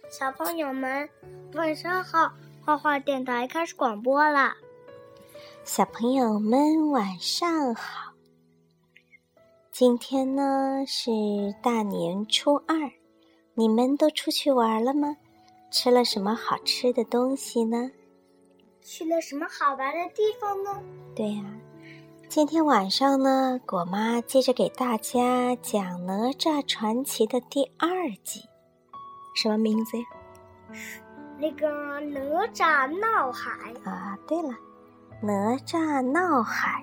小朋友们，晚上好！花花电台开始广播了。 小朋友们，晚上好！今天呢是大年初二，你们都出去玩了吗？吃了什么好吃的东西呢？ 去了什么好玩的地方呢？ 对呀，今天晚上呢，果妈接着给大家讲《哪吒传奇》的第2集。什么名字呀？ 那个哪吒闹海啊，对了，哪吒闹海。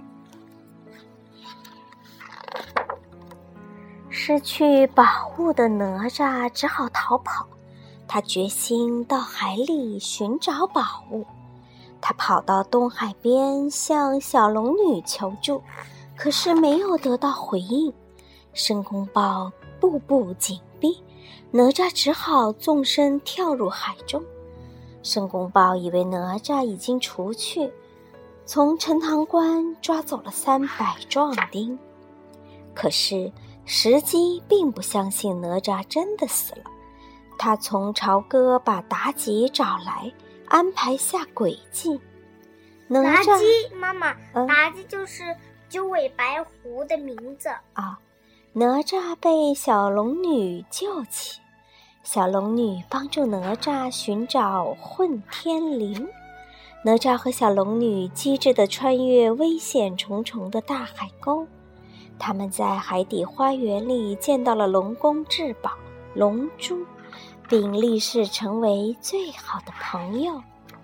失去宝物的哪吒只好逃跑，他决心到海里寻找宝物。他跑到东海边向小龙女求助，可是没有得到回应。申公豹步步紧逼，哪吒只好纵身跳入海中。申公豹以为哪吒已经除去，从陈塘关抓走了300壮丁。可是石矶并不相信哪吒真的死了，他从朝歌把妲己找来，安排下诡计。 妲己妈妈，妲己就是九尾白狐的名字啊。哪吒被小龙女救起，小龙女帮助哪吒寻找混天绫。哪吒和小龙女机智地穿越危险重重的大海沟，他们在海底花园里见到了龙宫至宝龙珠，并立誓成为最好的朋友。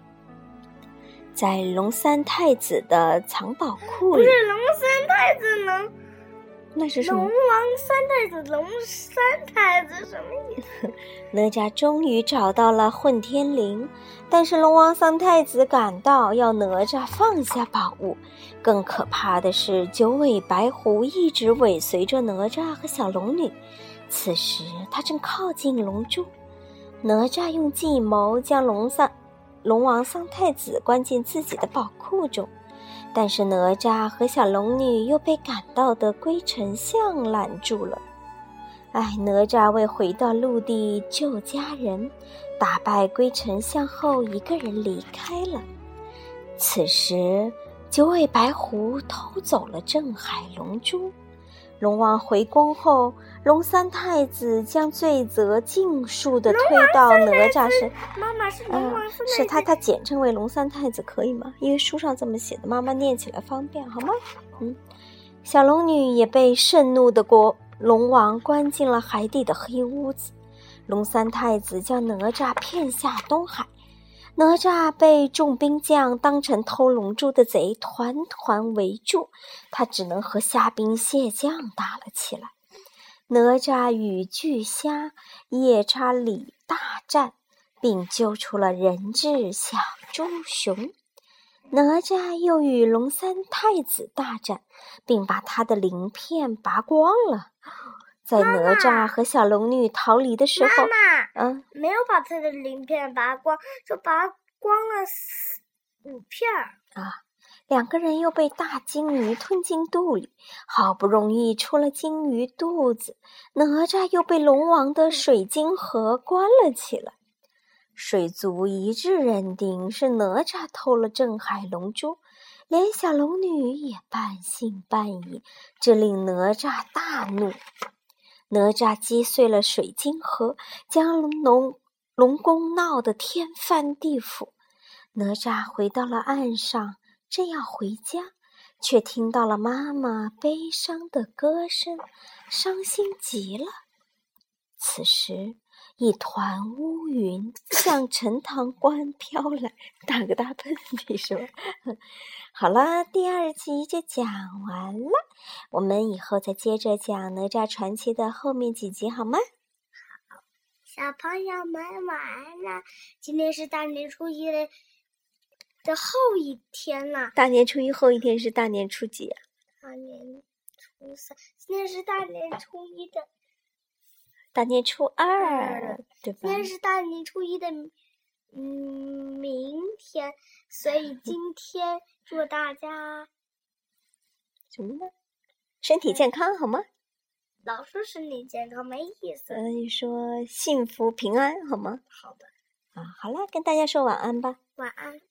在龙三太子的藏宝库里， 不是龙三太子能？ 那是什么？ 龙王三太子，龙三太子什么意思？ 哪吒终于找到了混天绫，但是龙王三太子赶到，要哪吒放下宝物。更可怕的是，九尾白狐一直尾随着哪吒和小龙女。此时他正靠近龙珠，哪吒用计谋将龙王三太子关进自己的宝库中，但是哪吒和小龙女又被赶到的龟丞相拦住了。哪吒为回到陆地救家人，打败龟丞相后一个人离开了。此时九尾白狐偷走了镇海龙珠，龙王回宫后，龙三太子将罪责尽数地推到哪吒身。 妈妈是龙王三太子， 是他简称为龙三太子，可以吗？因为书上这么写的，妈妈念起来方便，好吗？小龙女也被盛怒的龙王关进了海底的黑屋子。龙三太子将哪吒骗下东海，哪吒被众兵将当成偷龙珠的贼团团围住，他只能和虾兵蟹将打了起来。哪吒与巨虾、夜叉里大战，并救出了人质小猪熊。哪吒又与龙三太子大战，并把他的鳞片拔光了。在哪吒和小龙女逃离的时候， 妈妈，没有把他的鳞片拔光，就拔光了5片 2个人又被大鲸鱼吞进肚里，好不容易出了鲸鱼肚子，哪吒又被龙王的水晶盒关了起来。水族一致认定是哪吒偷了镇海龙珠，连小龙女也半信半疑，这令哪吒大怒。哪吒击碎了水晶盒，将龙宫闹得天翻地覆。哪吒回到了岸上，正要回家，却听到了妈妈悲伤的歌声，伤心极了。此时一团乌云向陈塘关飘来，打个大喷嚏是吧？好了，第2集就讲完了，我们以后再接着讲哪吒传奇的后面几集好吗？ 好，小朋友们晚安了。今天是大年初一的后一天了。 大年初一后一天是大年初几啊？ 大年初3，今天是大年初一的。 大年初2，对吧？ 今天是大年初一的明天，所以今天祝大家什么呢？身体健康好吗？ 老说身体健康没意思。 你说幸福平安好吗？ 好的。 好了，跟大家说晚安吧。 晚安。